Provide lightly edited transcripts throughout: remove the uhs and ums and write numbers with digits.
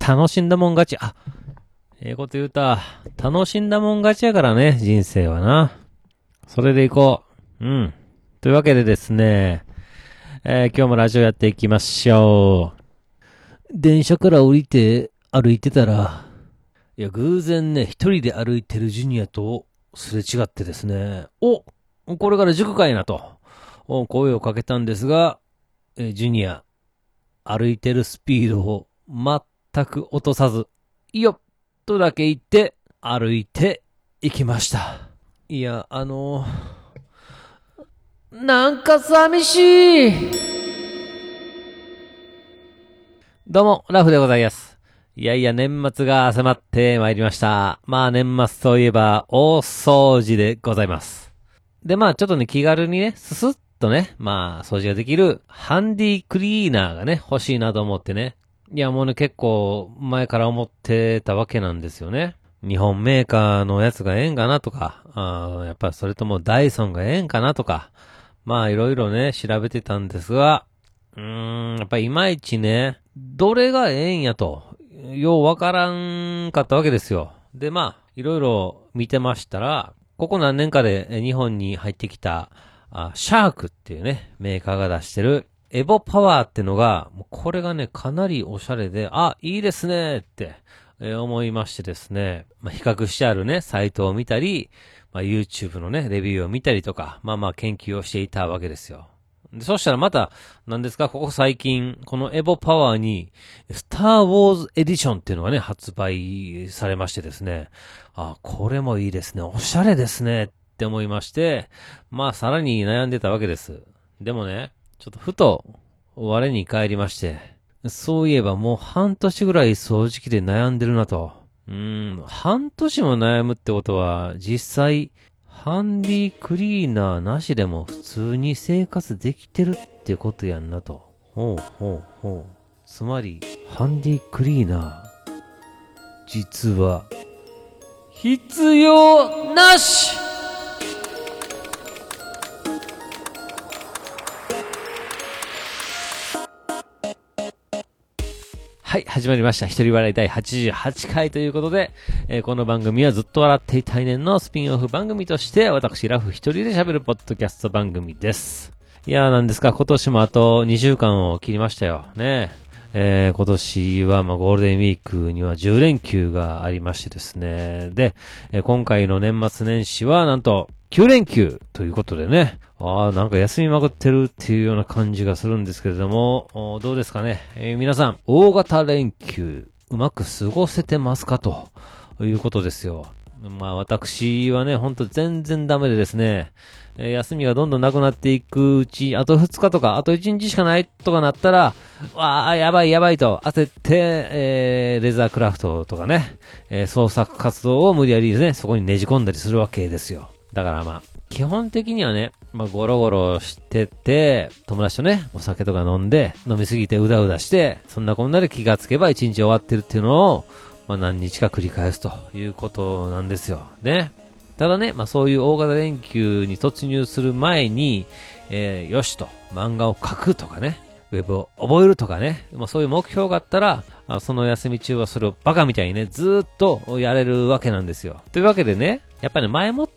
楽しんだもん勝ち。こと言うた。楽しんだもん勝ちやからね、人生はな。それでいこう。というわけでですね、今日もラジオやっていきましょう。電車から降りて歩いてたら、偶然ね、一人で歩いてるジュニアとすれ違ってですね、これから塾かいなと、声をかけたんですが、ジュニア、歩いてるスピードを全く落とさず、よっとだけ言って歩いていきました。なんか寂しい。どうも、ラフでございます。年末が迫ってまいりました。年末といえば大掃除でございます。でちょっとね、気軽にね、ススッとね、掃除ができるハンディクリーナーがね、欲しいなと思ってね。もうね、結構前から思ってたわけなんですよね。日本メーカーのやつがええんかなとか、やっぱりそれともダイソンがええんかなとか、いろいろね、調べてたんですが、やっぱりいまいちね、どれがええんやと、ようわからんかったわけですよ。でいろいろ見てましたら、ここ何年かで日本に入ってきた、シャークっていうね、メーカーが出してる、エボパワーってのが、これがね、かなりおしゃれで、いいですねって、思いましてですね、比較してあるね、サイトを見たり、YouTube のね、レビューを見たりとか、研究をしていたわけですよ。で、そしたらまた、何ですか、ここ最近、このエボパワーに、スターウォーズエディションっていうのがね、発売されましてですね、これもいいですね、おしゃれですね、って思いまして、さらに悩んでたわけです。でもね、ちょっとふと、我に返りまして、そういえばもう半年ぐらい掃除機で悩んでるなと。半年も悩むってことは、実際、ハンディクリーナーなしでも普通に生活できてるってことやんなと。つまり、ハンディクリーナー、実は、必要なし。はい、始まりました。一人笑い第88回ということで、この番組はずっと笑っていたいねんのスピンオフ番組として、私ラフ一人で喋るポッドキャスト番組です。なんですか、今年もあと2週間を切りましたよ。ね。今年はゴールデンウィークには10連休がありましてですね。で、今回の年末年始はなんと9連休ということでね。なんか休みまくってるっていうような感じがするんですけれども、どうですかね。皆さん、大型連休、うまく過ごせてますかということですよ。私はね、ほんと全然ダメでですね、休みがどんどんなくなっていくうち、あと2日とか、あと1日しかないとかなったら、やばいと焦って、レザークラフトとかね、創作活動を無理やりですね、そこにねじ込んだりするわけですよ。だから基本的にはね、ゴロゴロしてて、友達とね、お酒とか飲んで、飲みすぎてうだうだして、そんなこんなで気がつけば1日終わってるっていうのを、何日か繰り返すということなんですよ。ね。ただね、そういう大型連休に突入する前に、よしと、漫画を描くとかね、ウェブを覚えるとかね、そういう目標があったら、その休み中はそれをバカみたいにね、ずーっとやれるわけなんですよ。というわけでね、やっぱり前もって、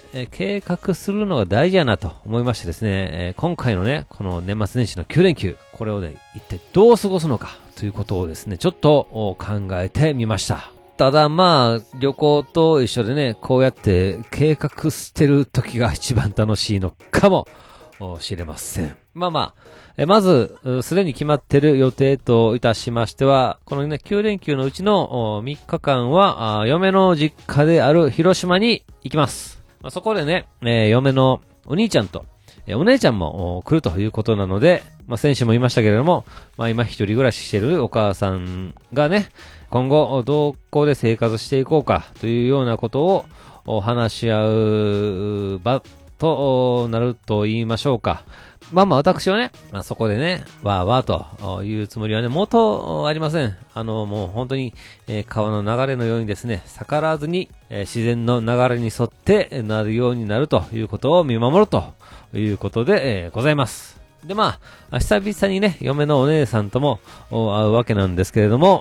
計画するのが大事やなと思いましてですね、今回のね、この年末年始の9連休、これをね、一体どう過ごすのかということをですね、ちょっと考えてみました。ただ旅行と一緒でね、こうやって計画してる時が一番楽しいのかもしれません。まず、すでに決まってる予定といたしましては、このね、9連休のうちの3日間は、嫁の実家である広島に行きます。そこでね、嫁のお兄ちゃんと、お姉ちゃんも来るということなので、先週も言いましたけれども、今一人暮らししてるお母さんがね、今後、どこで生活していこうかというようなことを話し合う場となると言いましょうか。私はね、そこでね、わーわーというつもりはね、元ありません。もう本当に、川の流れのようにですね、逆らわずに、自然の流れに沿ってなるようになるということを見守るということで、ございます。で久々にね、嫁のお姉さんとも会うわけなんですけれども、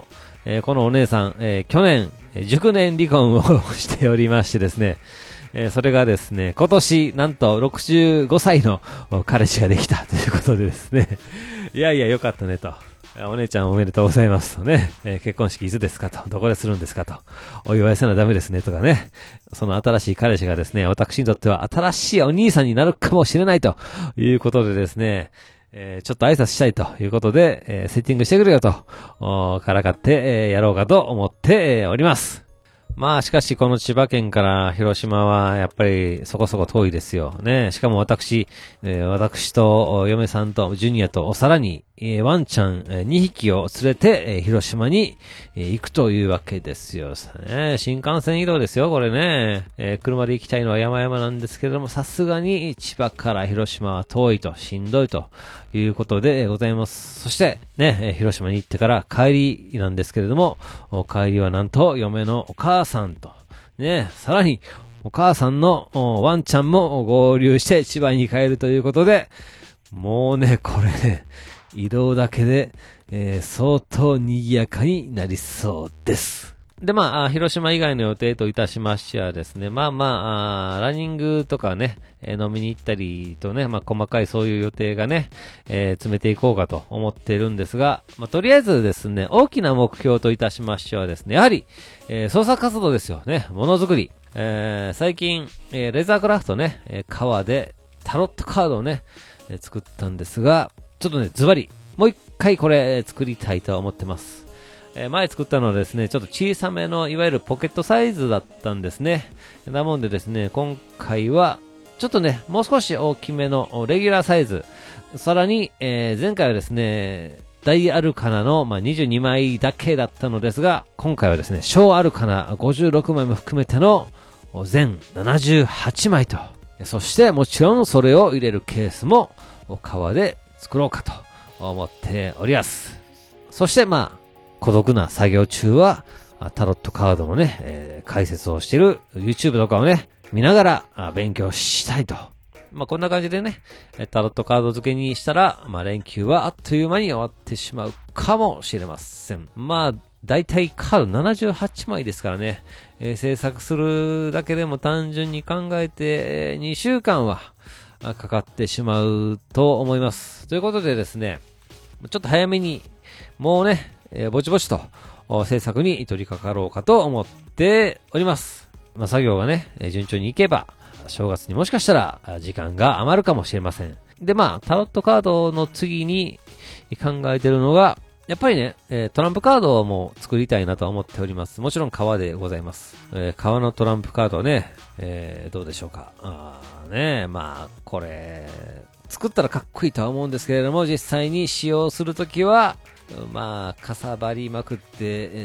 このお姉さん、去年、熟年離婚をしておりましてですね、それがですね、今年、なんと65歳の彼氏ができたということでですね、いやいや、よかったねと。お姉ちゃんおめでとうございますとね、結婚式いつですかと、どこでするんですかと、お祝いせなダメですねとかね、その新しい彼氏がですね、私にとっては新しいお兄さんになるかもしれないということでですね、ちょっと挨拶したいということで、セッティングしてくれよと、からかって、やろうかと思って、おります。まあしかしこの千葉県から広島はやっぱりそこそこ遠いですよね。しかも私と嫁さんとジュニアとさらにワンちゃん2匹を連れて広島に行くというわけですよね。新幹線移動ですよこれね。車で行きたいのは山々なんですけれども、さすがに千葉から広島は遠いとしんどいということでございます。そしてね、広島に行ってから帰りなんですけれども、帰りはなんと嫁のお母さんとね、さらにお母さんのワンちゃんも合流して千葉に帰るということで、もうねこれね、移動だけで、相当賑やかになりそうです。で、まあ、広島以外の予定といたしましてはですね、ランニングとかね、飲みに行ったりとね、細かいそういう予定がね、詰めていこうかと思っているんですが、とりあえずですね、大きな目標といたしましてはですね、やはり、創作活動ですよね、ものづくり。最近、レザークラフトね、革でタロットカードをね、作ったんですが、ちょっとね、ズバリ、もう一回これ作りたいと思ってます。前作ったのはですね、ちょっと小さめのいわゆるポケットサイズだったんですね。なもんでですね、今回はちょっとね、もう少し大きめのレギュラーサイズ、さらに、前回はですね、大アルカナの、22枚だけだったのですが、今回はですね、小アルカナ56枚も含めての全78枚と、そしてもちろんそれを入れるケースも革で作ろうかと思っております。そして孤独な作業中はタロットカードのね、解説をしている YouTube とかをね、見ながら勉強したいと。こんな感じでね、タロットカード付けにしたら、連休はあっという間に終わってしまうかもしれません。だいたいカード78枚ですからね、制作するだけでも単純に考えて、2週間はかかってしまうと思います。ということでですね、ちょっと早めに、もうね、ぼちぼちと制作に取り掛かろうかと思っております。作業がね、順調にいけば、正月にもしかしたら時間が余るかもしれません。で、タロットカードの次に考えてるのが、やっぱりね、トランプカードも作りたいなと思っております。もちろん革でございます。革のトランプカードね、どうでしょうか。これ、作ったらかっこいいとは思うんですけれども、実際に使用するときは、かさばりまくって、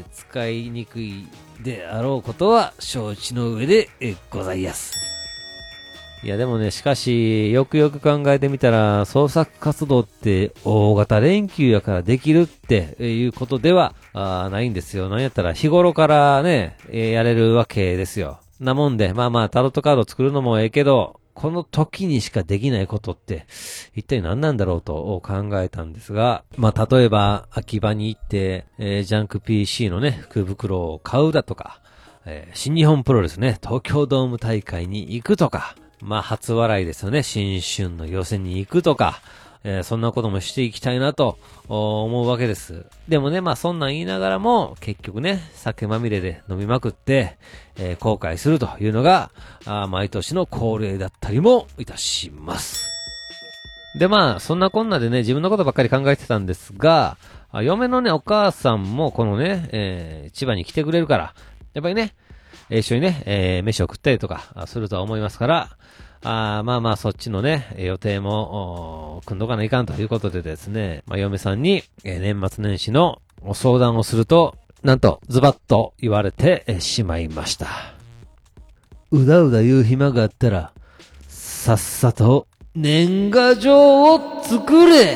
使いにくいであろうことは承知の上で、ございます。いやでもね、しかし、よくよく考えてみたら、創作活動って大型連休やからできるっていうことではないんですよ。なんやったら日頃からね、やれるわけですよ。なもんで、タロットカード作るのもええけど、この時にしかできないことって一体何なんだろうと考えたんですが、例えば秋葉に行って、ジャンク PC のね、福袋を買うだとか、新日本プロレスね、東京ドーム大会に行くとか、初笑いですよね、新春の予選に行くとか、そんなこともしていきたいなと思うわけです。でもね、そんなん言いながらも、結局ね、酒まみれで飲みまくって、後悔するというのが、毎年の恒例だったりもいたします。で、そんなこんなでね、自分のことばっかり考えてたんですが、嫁のね、お母さんもこのね、千葉に来てくれるから、やっぱりね、一緒にね、飯を食ったりとかするとは思いますから、そっちのね、予定も、組んどかないかんということでですね、嫁さんに、年末年始の相談をすると、なんと、ズバッと言われてしまいました。うだうだ言う暇があったら、さっさと、年賀状を作れ！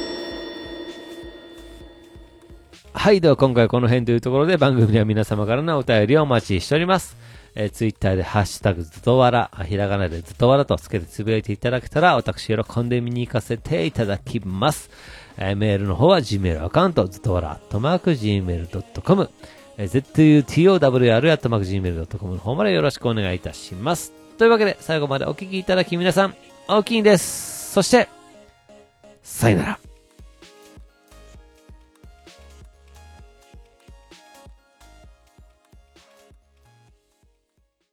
はい、では今回はこの辺というところで番組では皆様からのお便りをお待ちしております。ツイッターでハッシュタグずとわら、ひらがなでずとわらとつけてつぶやいていただけたら私喜んで見に行かせていただきます。 メールの方は Gmail アカウント、ずっとわら、@gmail.com、zutowr@gmail.com の方までよろしくお願いいたします。というわけで、最後までお聞きいただき皆さん、大きいんです。そして、さよなら。